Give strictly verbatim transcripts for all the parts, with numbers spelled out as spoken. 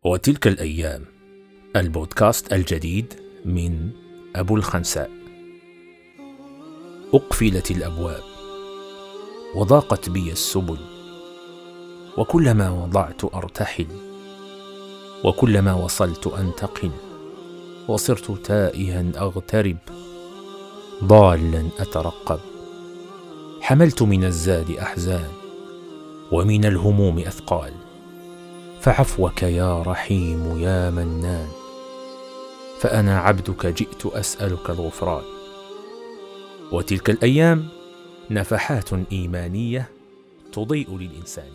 وتلك الأيام، البودكاست الجديد من أبو الخنساء. أقفلت الأبواب وضاقت بي السبل، وكلما وضعت أرتحل، وكلما وصلت أنتقل، وصرت تائها أغترب، ضالا أترقب. حملت من الزاد أحزان، ومن الهموم أثقال، فعفوك يا رحيم يا منان، فأنا عبدك جئت أسألك الغفران. وتلك الأيام نفحات إيمانية تضيء للإنسانية.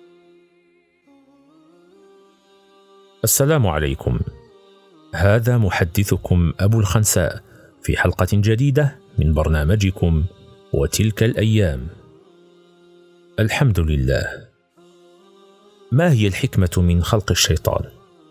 السلام عليكم، هذا محدثكم أبو الخنساء في حلقة جديدة من برنامجكم وتلك الأيام. الحمد لله. ما هي الحكمة من خلق الشيطان؟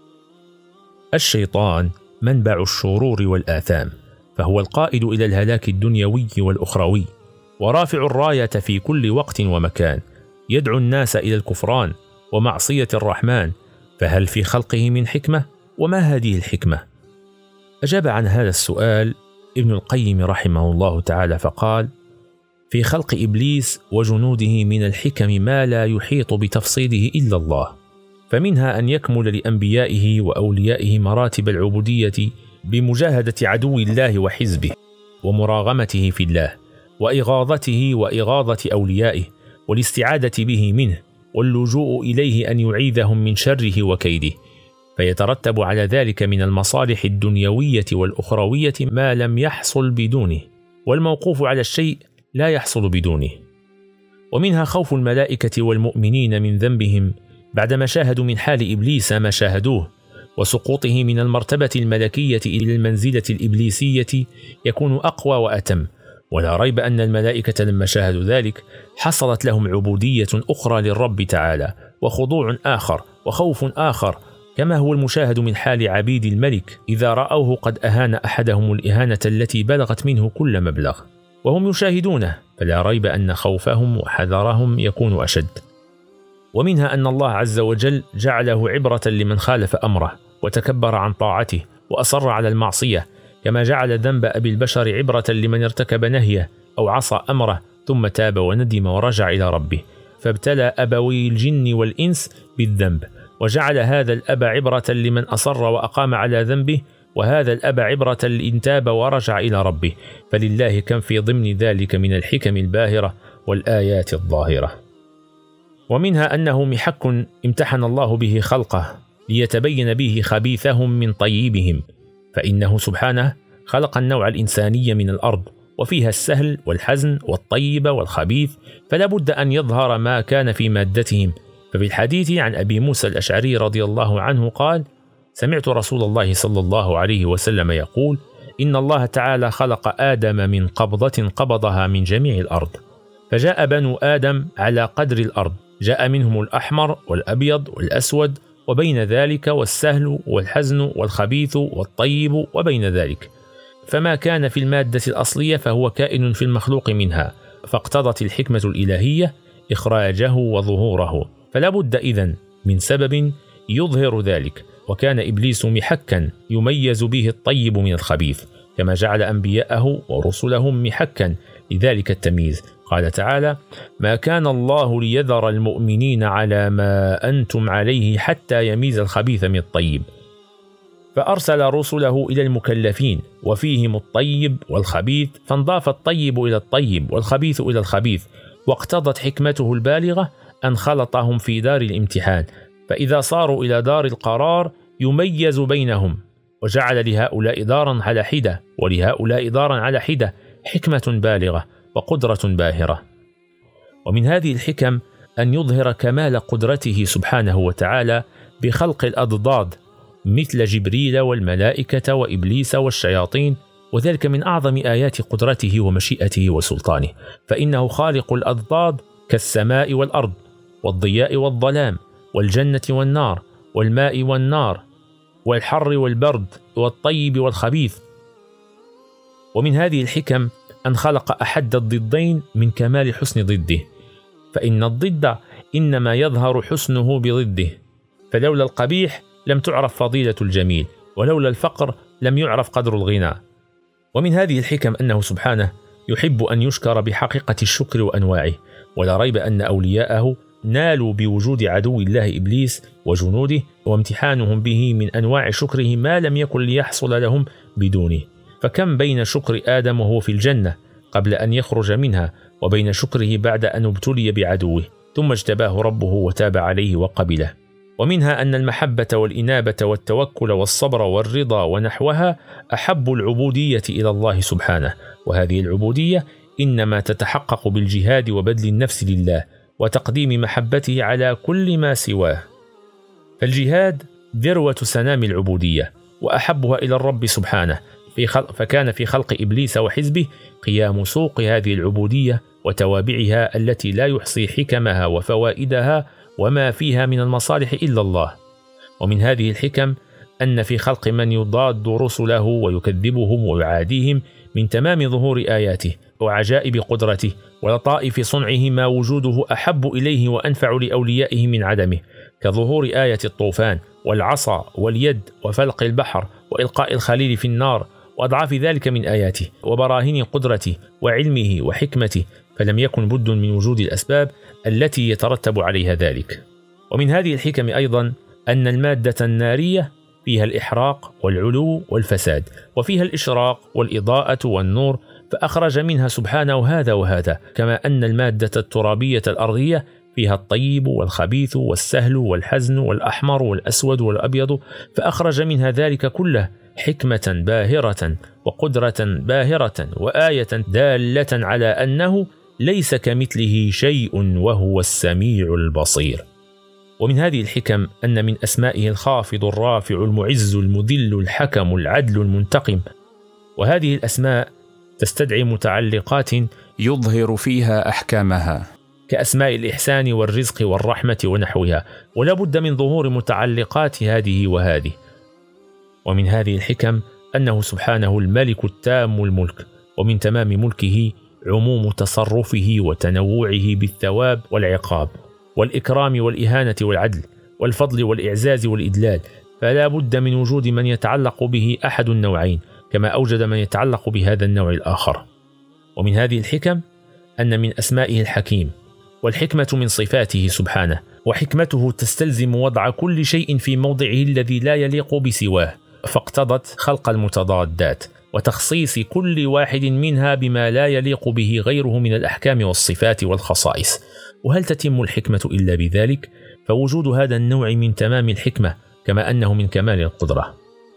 الشيطان منبع الشرور والآثام، فهو القائد إلى الهلاك الدنيوي والأخروي، ورافع الراية في كل وقت ومكان، يدعو الناس إلى الكفران ومعصية الرحمن. فهل في خلقه من حكمة؟ وما هذه الحكمة؟ أجاب عن هذا السؤال ابن القيم رحمه الله تعالى فقال: في خلق إبليس وجنوده من الحكم ما لا يحيط بتفصيله إلا الله، فمنها أن يكمل لأنبيائه وأوليائه مراتب العبودية بمجاهدة عدو الله وحزبه، ومراغمته في الله، وإغاظته وإغاظة أوليائه، والاستعادة به منه، واللجوء إليه أن يعيذهم من شره وكيده. فيترتب على ذلك من المصالح الدنيوية والأخروية ما لم يحصل بدونه، والموقوف على الشيء لا يحصل بدونه. ومنها خوف الملائكة والمؤمنين من ذنبهم بعدما شاهدوا من حال إبليس ما شاهدوه، وسقوطه من المرتبة الملكية إلى المنزلة الإبليسية يكون أقوى وأتم. ولا ريب أن الملائكة لما شاهدوا ذلك حصلت لهم عبودية أخرى للرب تعالى، وخضوع آخر، وخوف آخر، كما هو المشاهد من حال عبيد الملك إذا رأوه قد أهان أحدهم الإهانة التي بلغت منه كل مبلغ وهم يشاهدونه، فلا ريب أن خوفهم وحذرهم يكون أشد. ومنها أن الله عز وجل جعله عبرة لمن خالف أمره وتكبر عن طاعته وأصر على المعصية، كما جعل ذنب أبي البشر عبرة لمن ارتكب نهيه أو عصى أمره ثم تاب وندم ورجع إلى ربه، فابتلى أبوي الجن والإنس بالذنب، وجعل هذا الأب عبرة لمن أصر وأقام على ذنبه، وهذا الأب عبرة لإن تاب ورجع إلى ربه. فلله كم في ضمن ذلك من الحكم الباهرة والآيات الظاهرة. ومنها أنه محك امتحن الله به خلقه ليتبين به خبيثهم من طيبهم، فإنه سبحانه خلق النوع الإنساني من الأرض، وفيها السهل والحزن والطيب والخبيث، فلا بد أن يظهر ما كان في مادتهم. ففي الحديث عن أبي موسى الأشعري رضي الله عنه قال: سمعت رسول الله صلى الله عليه وسلم يقول: إن الله تعالى خلق آدم من قبضة قبضها من جميع الأرض، فجاء بنو آدم على قدر الأرض، جاء منهم الأحمر والأبيض والأسود، وبين ذلك والسهل والحزن والخبيث والطيب وبين ذلك، فما كان في المادة الأصلية فهو كائن في المخلوق منها، فاقتضت الحكمة الإلهية إخراجه وظهوره، فلا بد إذن من سبب يظهر ذلك. وكان إبليس محكا يميز به الطيب من الخبيث، كما جعل أنبياءه ورسلهم محكا لذلك التمييز. قال تعالى: ما كان الله ليذر المؤمنين على ما أنتم عليه حتى يميز الخبيث من الطيب، فأرسل رسله إلى المكلفين وفيهم الطيب والخبيث، فانضاف الطيب إلى الطيب والخبيث إلى الخبيث، واقتضت حكمته البالغة أن خلطهم في دار الامتحان، فإذا صاروا إلى دار القرار يميز بينهم، وجعل لهؤلاء دارا على حدة ولهؤلاء دارا على حدة، حكمة بالغة وقدرة باهرة. ومن هذه الحكم أن يظهر كمال قدرته سبحانه وتعالى بخلق الأضداد مثل جبريل والملائكة وإبليس والشياطين، وذلك من أعظم آيات قدرته ومشيئته وسلطانه، فإنه خالق الأضداد كالسماء والأرض والضياء والظلام والجنة والنار والماء والنار والحر والبرد والطيب والخبيث. ومن هذه الحكم أن خلق أحد الضدين من كمال حسن ضده، فإن الضد إنما يظهر حسنه بضده، فلولا القبيح لم تعرف فضيلة الجميل، ولولا الفقر لم يعرف قدر الغنى. ومن هذه الحكم أنه سبحانه يحب أن يشكر بحقيقة الشكر وأنواعه، ولا ريب أن أولياءه نالوا بوجود عدو الله إبليس وجنوده وامتحانهم به من أنواع شكره ما لم يكن ليحصل لهم بدونه. فكم بين شكر آدم وهو في الجنة قبل أن يخرج منها، وبين شكره بعد أن ابتلي بعدوه ثم اجتباه ربه وتاب عليه وقبله. ومنها أن المحبة والإنابة والتوكل والصبر والرضا ونحوها أحب العبودية إلى الله سبحانه، وهذه العبودية إنما تتحقق بالجهاد وبذل النفس لله وتقديم محبته على كل ما سواه. فالجهاد ذروة سنام العبودية وأحبها إلى الرب سبحانه، في خلق فكان في خلق إبليس وحزبه قيام سوق هذه العبودية وتوابعها التي لا يحصي حكمها وفوائدها وما فيها من المصالح إلا الله. ومن هذه الحكم أن في خلق من يضاد رسله ويكذبهم ويعاديهم من تمام ظهور آياته وعجائب قدرته ولطائف صنعه ما وجوده أحب إليه وأنفع لأوليائه من عدمه، كظهور آية الطوفان والعصا واليد وفلق البحر وإلقاء الخليل في النار وأضعاف ذلك من آياته وبراهين قدرته وعلمه وحكمته، فلم يكن بد من وجود الأسباب التي يترتب عليها ذلك. ومن هذه الحكم أيضا أن المادة النارية فيها الإحراق والعلو والفساد، وفيها الإشراق والإضاءة والنور، فأخرج منها سبحانه هذا وهذا، كما أن المادة الترابية الأرضية فيها الطيب والخبيث والسهل والحزن والأحمر والأسود والأبيض، فأخرج منها ذلك كله حكمة باهرة وقدرة باهرة وآية دالة على أنه ليس كمثله شيء وهو السميع البصير. ومن هذه الحكم أن من أسمائه الخافض الرافع المعز المذل الحكم العدل المنتقم، وهذه الأسماء تستدعي متعلقات يظهر فيها أحكامها كأسماء الإحسان والرزق والرحمة ونحوها، ولا بد من ظهور متعلقات هذه وهذه. ومن هذه الحكم أنه سبحانه الملك التام الملك، ومن تمام ملكه عموم تصرفه وتنوعه بالثواب والعقاب والإكرام والإهانة والعدل والفضل والإعزاز والإدلال، فلا بد من وجود من يتعلق به أحد النوعين كما أوجد من يتعلق بهذا النوع الآخر. ومن هذه الحكم أن من أسمائه الحكيم، والحكمة من صفاته سبحانه، وحكمته تستلزم وضع كل شيء في موضعه الذي لا يليق بسواه، فاقتضت خلق المتضادات وتخصيص كل واحد منها بما لا يليق به غيره من الأحكام والصفات والخصائص. وهل تتم الحكمة إلا بذلك؟ فوجود هذا النوع من تمام الحكمة كما أنه من كمال القدرة.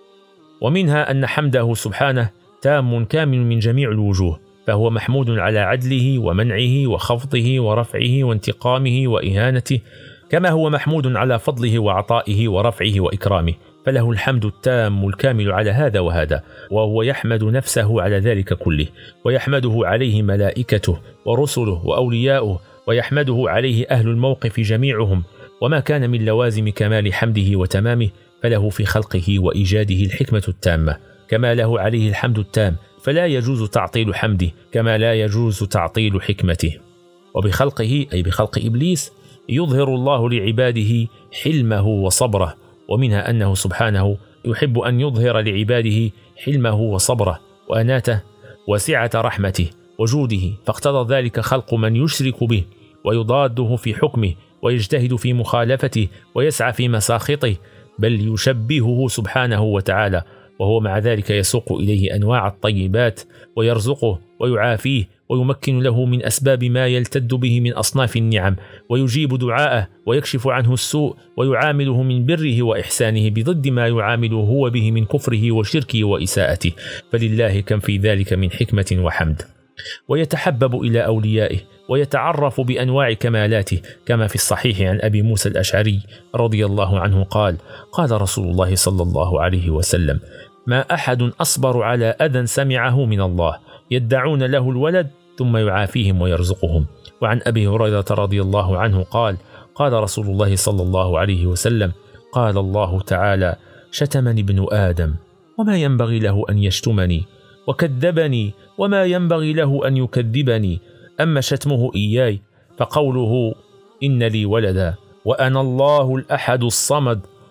ومنها أن حمده سبحانه تام كامل من جميع الوجوه، فهو محمود على عدله ومنعه وخفضه ورفعه وانتقامه وإهانته، كما هو محمود على فضله وعطائه ورفعه وإكرامه، فله الحمد التام الكامل على هذا وهذا، وهو يحمد نفسه على ذلك كله، ويحمده عليه ملائكته ورسله وأولياؤه، ويحمده عليه أهل الموقف جميعهم. وما كان من لوازم كمال حمده وتمامه فله في خلقه وإيجاده الحكمة التامة، كما له عليه الحمد التام، فلا يجوز تعطيل حمده كما لا يجوز تعطيل حكمته. وبخلقه أي بخلق إبليس يظهر الله لعباده حلمه وصبره، ومنها أنه سبحانه يحب أن يظهر لعباده حلمه وصبره وأناته وسعة رحمته وجوده، فاقتضى ذلك خلق من يشرك به ويضاده في حكمه ويجتهد في مخالفته ويسعى في مساخطه، بل يشبهه سبحانه وتعالى، وهو مع ذلك يسوق إليه أنواع الطيبات ويرزقه ويعافيه ويمكن له من أسباب ما يلتد به من أصناف النعم، ويجيب دعاءه ويكشف عنه السوء ويعامله من بره وإحسانه بضد ما يعامله هو به من كفره وشركه وإساءته، فلله كم في ذلك من حكمة وحمد. ويتحبب إلى أوليائه ويتعرف بأنواع كمالاته، كما في الصحيح عن أبي موسى الأشعري رضي الله عنه قال: قال رسول الله صلى الله عليه وسلم: ما أحد أصبر على أذى سمعه من الله يدعون له الولد ثم يعافيهم ويرزقهم. وعن أبي هريرة رضي الله عنه قال: قال رسول الله صلى الله عليه وسلم: قال الله تعالى: شتمني ابن آدم وما ينبغي له أن يشتمني، وكذبني وما ينبغي له أن يكذبني، أما شتمه إياي فقوله إن لي ولدا وأنا الله الأحد الصمد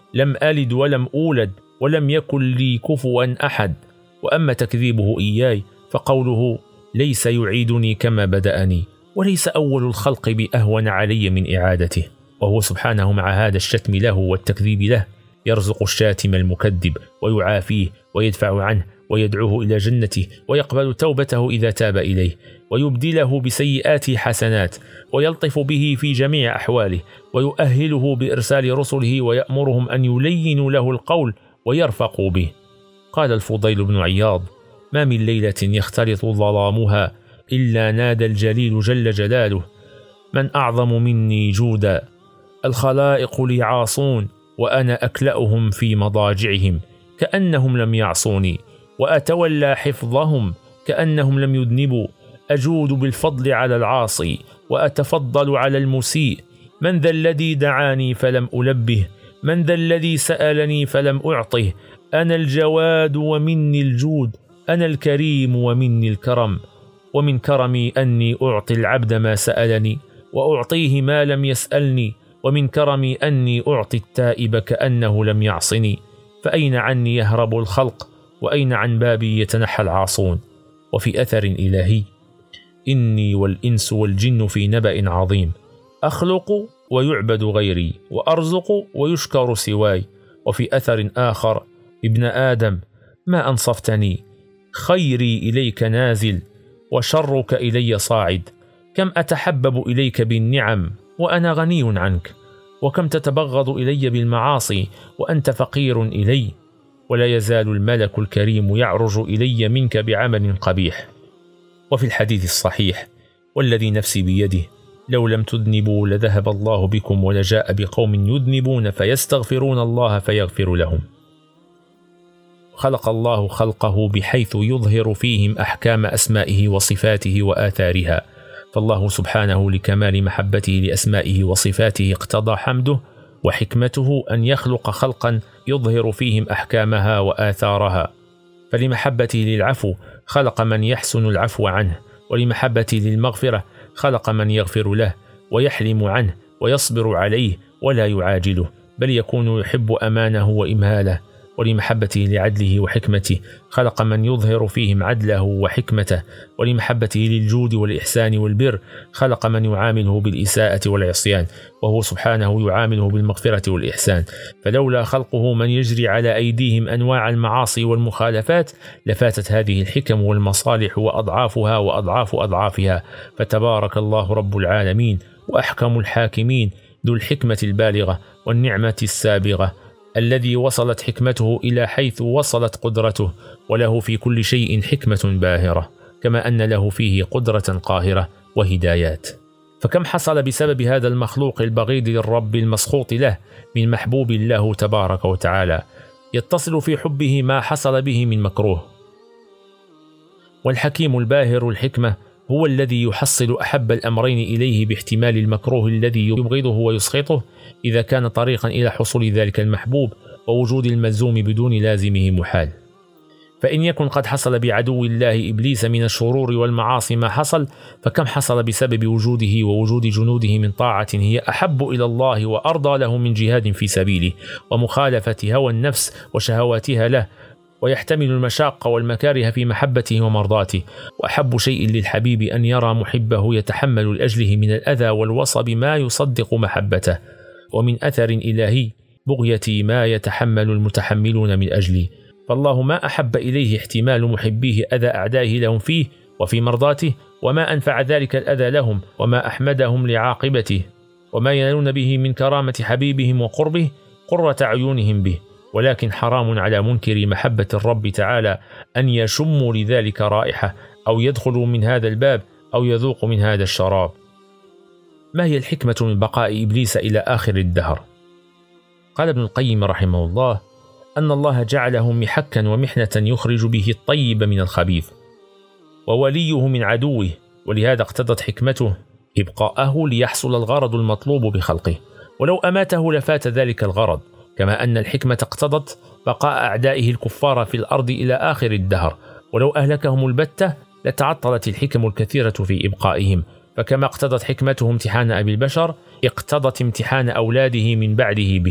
لم ألد ولم أولد ولم يكن لي كفوا أحد. وأما تكذيبه إياي فقوله ليس يعيدني كما بدأني، وليس أول الخلق بأهون علي من إعادته، وهو سبحانه مع هذا الشتم له والتكذيب له يرزق الشاتم المكذب ويعافيه ويدفع عنه ويدعوه إلى جنته ويقبل توبته إذا تاب إليه، ويبدله بسيئاته حسنات، ويلطف به في جميع أحواله، ويؤهله بإرسال رسله ويأمرهم أن يلينوا له القول ويرفقوا به. قال الفضيل بن عياض: ما من ليلة يختلط ظلامها إلا نادى الجليل جل جلاله: من أعظم مني جودا؟ الخلائق لي عاصون وأنا أكلأهم في مضاجعهم كأنهم لم يعصوني، وأتولى حفظهم كأنهم لم يذنبوا. أجود بالفضل على العاصي وأتفضل على المسيء. من ذا الذي دعاني فلم ألبه؟ من ذا الذي سألني فلم أعطه؟ أنا الجواد ومني الجود، أنا الكريم ومني الكرم. ومن كرمي أني أعطي العبد ما سألني وأعطيه ما لم يسألني، ومن كرمي أني أعطي التائب كأنه لم يعصني. فأين عني يهرب الخلق وأين عن بابي يتنحى العاصون؟ وفي أثر إلهي: إني والإنس والجن في نبأ عظيم، أخلق ويعبد غيري وأرزق ويشكر سواي. وفي أثر آخر: ابن آدم ما أنصفتني، خيري إليك نازل وشرك إلي صاعد. كم أتحبب إليك بالنعم وأنا غني عنك، وكم تتبغض إلي بالمعاصي وأنت فقير إلي. ولا يزال الملك الكريم يعرج إلي منك بعمل قبيح. وفي الحديث الصحيح: والذي نفسي بيده لو لم تذنبوا لذهب الله بكم ولجاء بقوم يذنبون فيستغفرون الله فيغفر لهم. خلق الله خلقه بحيث يظهر فيهم أحكام أسمائه وصفاته وآثارها، فالله سبحانه لكمال محبته لأسمائه وصفاته اقتضى حمده وحكمته أن يخلق خلقا يظهر فيهم أحكامها وآثارها. فلمحبته للعفو خلق من يحسن العفو عنه، ولمحبته للمغفرة خلق من يغفر له ويحلم عنه ويصبر عليه ولا يعاجله، بل يكون يحب أمانه وإمهاله. ولمحبته لعدله وحكمته خلق من يظهر فيهم عدله وحكمته. ولمحبته للجود والإحسان والبر خلق من يعامله بالإساءة والعصيان، وهو سبحانه يعامله بالمغفرة والإحسان. فلولا خلقه من يجري على أيديهم أنواع المعاصي والمخالفات لفاتت هذه الحكم والمصالح وأضعافها وأضعاف أضعافها. فتبارك الله رب العالمين وأحكم الحاكمين ذو الحكمة البالغة والنعمة السابغة، الذي وصلت حكمته إلى حيث وصلت قدرته، وله في كل شيء حكمة باهرة، كما أن له فيه قدرة قاهرة وهدايات. فكم حصل بسبب هذا المخلوق البغيض للرب المسخوط له من محبوب الله تبارك وتعالى، يتصل في حبه ما حصل به من مكروه. والحكيم الباهر الحكمة هو الذي يحصل أحب الأمرين إليه باحتمال المكروه الذي يبغضه ويسخطه إذا كان طريقا إلى حصول ذلك المحبوب، ووجود الملزوم بدون لازمه محال. فإن يكن قد حصل بعدو الله إبليس من الشرور والمعاصي ما حصل، فكم حصل بسبب وجوده ووجود جنوده من طاعة هي أحب إلى الله وأرضى له من جهاد في سبيله ومخالفة هوى النفس وشهواتها له، ويحتمل المشاق والمكاره في محبته ومرضاته. وأحب شيء للحبيب أن يرى محبه يتحمل لأجله من الأذى والوصب ما يصدق محبته. ومن أثر إلهي: بغيتي ما يتحمل المتحملون من أجلي. فالله ما أحب إليه احتمال محبيه أذى أعدائه لهم فيه وفي مرضاته، وما أنفع ذلك الأذى لهم، وما أحمدهم لعاقبته، وما ينالون به من كرامة حبيبهم وقربه قرة عيونهم به. ولكن حرام على منكر محبة الرب تعالى أن يشموا لذلك رائحة، أو يدخلوا من هذا الباب، أو يذوقوا من هذا الشراب. ما هي الحكمة من بقاء إبليس إلى آخر الدهر؟ قال ابن القيم رحمه الله: أن الله جعله محكا ومحنة يخرج به الطيب من الخبيث، ووليه من عدوه، ولهذا اقتضت حكمته إبقاءه ليحصل الغرض المطلوب بخلقه، ولو أماته لفات ذلك الغرض. كما أن الحكمة اقتضت بقاء أعدائه الكفار في الأرض إلى آخر الدهر، ولو أهلكهم البتة لتعطلت الحكم الكثيرة في إبقائهم. فكما اقتضت حكمته امتحان أبي البشر، اقتضت امتحان أولاده من بعده به.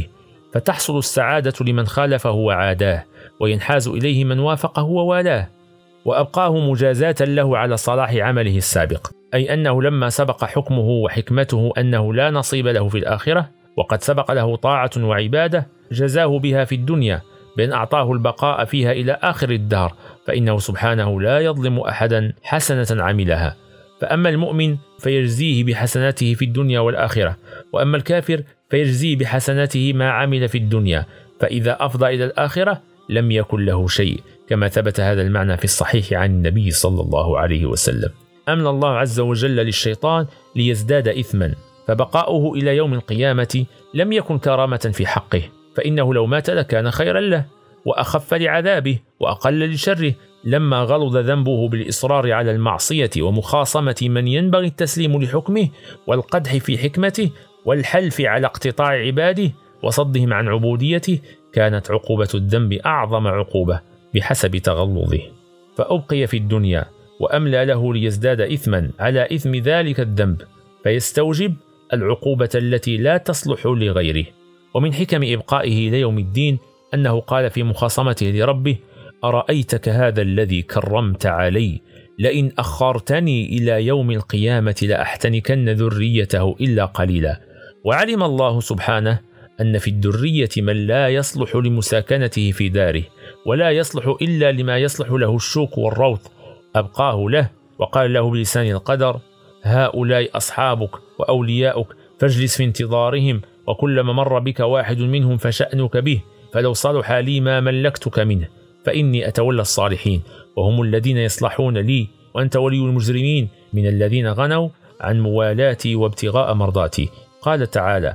فتحصل السعادة لمن خالفه وعاداه، وينحاز إليه من وافقه ووالاه، وأبقاه مجازاة له على صلاح عمله السابق، أي أنه لما سبق حكمه وحكمته أنه لا نصيب له في الآخرة، وقد سبق له طاعة وعبادة، جزاه بها في الدنيا بأن أعطاه البقاء فيها إلى آخر الدهر، فإنه سبحانه لا يظلم أحدا حسنة عملها. فأما المؤمن فيجزيه بحسناته في الدنيا والآخرة، وأما الكافر فيجزيه بحسناته ما عمل في الدنيا، فإذا أفضى إلى الآخرة لم يكن له شيء، كما ثبت هذا المعنى في الصحيح عن النبي صلى الله عليه وسلم. أمن الله عز وجل للشيطان ليزداد إثما، فبقاؤه إلى يوم القيامة لم يكن كرامة في حقه، فإنه لو مات لكان خيرا له وأخف لعذابه وأقل لشره، لما غلظ ذنبه بالإصرار على المعصية ومخاصمة من ينبغي التسليم لحكمه، والقدح في حكمته، والحلف على اقتطاع عباده وصدهم عن عبوديته، كانت عقوبة الذنب أعظم عقوبة بحسب تغلظه، فأبقي في الدنيا وأملى له ليزداد إثما على إثم ذلك الذنب، فيستوجب العقوبة التي لا تصلح لغيره. ومن حكم إبقائه إلى يوم الدين أنه قال في مخاصمته لربه: أرأيتك هذا الذي كرمت علي، لئن أخرتني إلى يوم القيامة لأحتنكن ذريته إلا قليلا. وعلم الله سبحانه أن في الذرية من لا يصلح لمساكنته في داره، ولا يصلح إلا لما يصلح له الشوك والروث، أبقاه له وقال له بلسان القدر: هؤلاء أصحابك وأولياؤك، فاجلس في انتظارهم، وكلما مر بك واحد منهم فشأنك به، فلو صلح لي ما ملكتك منه، فإني أتولى الصالحين، وهم الذين يصلحون لي، وأنت ولي المجرمين من الذين غنوا عن موالاتي وابتغاء مرضاتي. قال تعالى: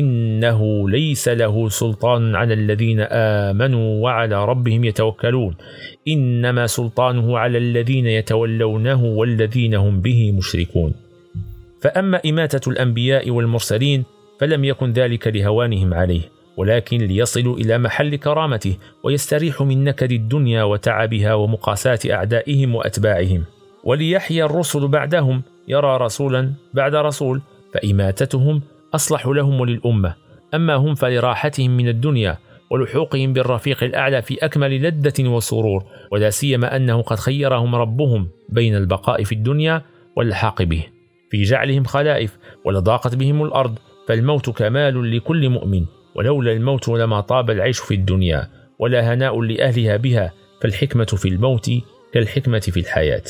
إنه ليس له سلطان على الذين آمنوا وعلى ربهم يتوكلون، إنما سلطانه على الذين يتولونه والذين هم به مشركون. فأما إماتة الأنبياء والمرسلين فلم يكن ذلك لهوانهم عليه، ولكن ليصلوا إلى محل كرامته، ويستريحوا من نكد الدنيا وتعبها ومقاساة أعدائهم وأتباعهم، وليحيى الرسل بعدهم، يرى رسولا بعد رسول، فإماتتهم أصلح لهم وللأمة. أما هم فلراحتهم من الدنيا ولحوقهم بالرفيق الأعلى في أكمل لذة وسرور، ولا سيما أنه قد خيرهم ربهم بين البقاء في الدنيا واللحاق به في جعلهم خلائف، ولضاقت بهم الأرض، فالموت كمال لكل مؤمن، ولولا الموت لما طاب العيش في الدنيا، ولا هناء لأهلها بها، فالحكمة في الموت كالحكمة في الحياة.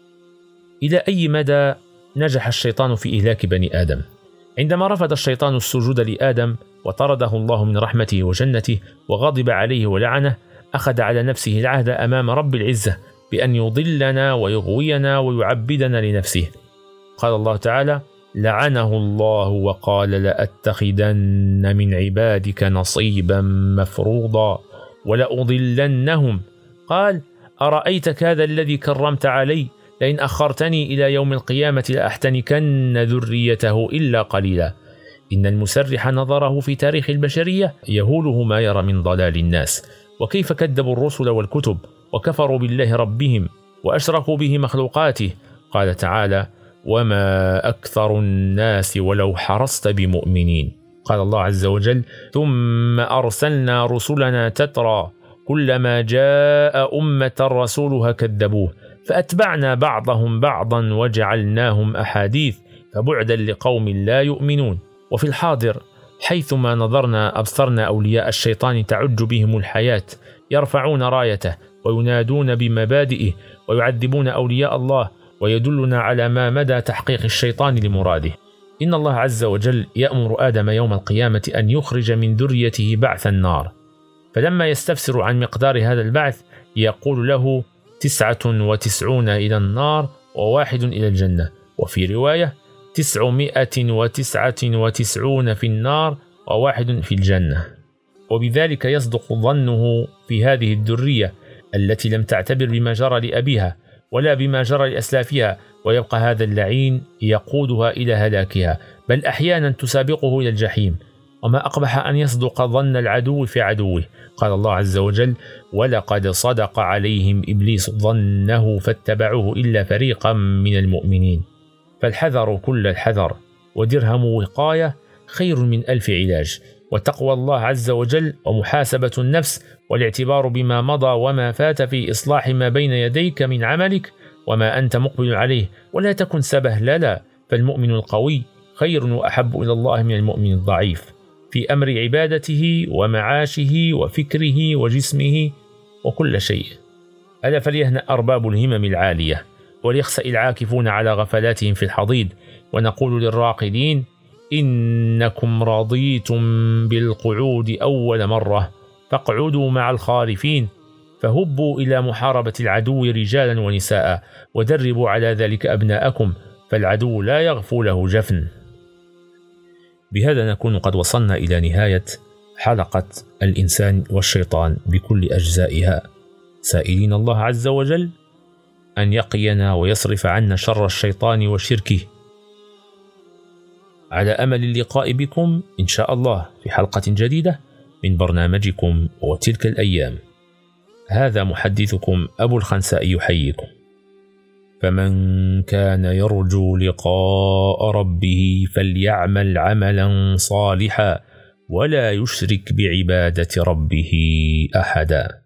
إلى أي مدى نجح الشيطان في إهلاك بني آدم؟ عندما رفض الشيطان السجود لآدم وطرده الله من رحمته وجنته وغضب عليه ولعنه، أخذ على نفسه العهد أمام رب العزة بأن يضلنا ويغوينا ويعبدنا لنفسه. قال الله تعالى: لعنه الله وقال: لأتخذن من عبادك نصيبا مفروضا ولأضلنهم. قال: أرأيتك هذا الذي كرمت علي، لئن أخرتني إلى يوم القيامة لأحتنكن ذريته إلا قليلا. إن المسرح نظره في تاريخ البشرية يهوله ما يرى من ضلال الناس، وكيف كذبوا الرسل والكتب وكفروا بالله ربهم وأشركوا به مخلوقاته. قال تعالى: وما أكثر الناس ولو حرصت بمؤمنين. قال الله عز وجل: ثم أرسلنا رسلنا تترى كلما جاء أمة رسولها كذبوه فأتبعنا بعضهم بعضا وجعلناهم أحاديث فبعدا لقوم لا يؤمنون. وفي الحاضر حيثما نظرنا أبصرنا أولياء الشيطان تعج بهم الحياة، يرفعون رايته وينادون بمبادئه ويعذبون أولياء الله، ويدلنا على ما مدى تحقيق الشيطان لمراده. إن الله عز وجل يأمر آدم يوم القيامة أن يخرج من ذريته بعث النار، فلما يستفسر عن مقدار هذا البعث يقول له: تسعة وتسعون إلى النار وواحد إلى الجنة، وفي رواية تسعمائة وتسعة وتسعون في النار وواحد في الجنة. وبذلك يصدق ظنه في هذه الذرية التي لم تعتبر بما جرى لأبيها ولا بما جرى لأسلافها، ويبقى هذا اللعين يقودها إلى هلاكها، بل أحيانا تسابقه إلى الجحيم. وما أقبح أن يصدق ظن العدو في عدوه. قال الله عز وجل: ولقد صدق عليهم إبليس ظنه فاتبعوه إلا فريقا من المؤمنين. فالحذر كل الحذر، ودرهم وقاية خير من ألف علاج. وتقوى الله عز وجل ومحاسبة النفس والاعتبار بما مضى وما فات في إصلاح ما بين يديك من عملك وما أنت مقبل عليه، ولا تكن سبهللا، فالمؤمن القوي خير وأحب إلى الله من المؤمن الضعيف في أمر عبادته ومعاشه وفكره وجسمه وكل شيء. ألا فليهنأ أرباب الهمم العالية، وليخسأ العاكفون على غفلاتهم في الحضيض، ونقول للراقدين إنكم رضيتم بالقعود أول مرة فاقعدوا مع الخالفين، فهبوا إلى محاربة العدو رجالا ونساء، ودربوا على ذلك أبناءكم، فالعدو لا يغفو له جفن. بهذا نكون قد وصلنا إلى نهاية حلقة الإنسان والشيطان بكل أجزائها، سائلين الله عز وجل أن يقينا ويصرف عنا شر الشيطان وشركه، على أمل اللقاء بكم إن شاء الله في حلقة جديدة من برنامجكم وتلك الأيام. هذا محدثكم أبو الخنساء يحييكم. فمن كان يرجو لقاء ربه فليعمل عملا صالحا ولا يشرك بعبادة ربه أحدا.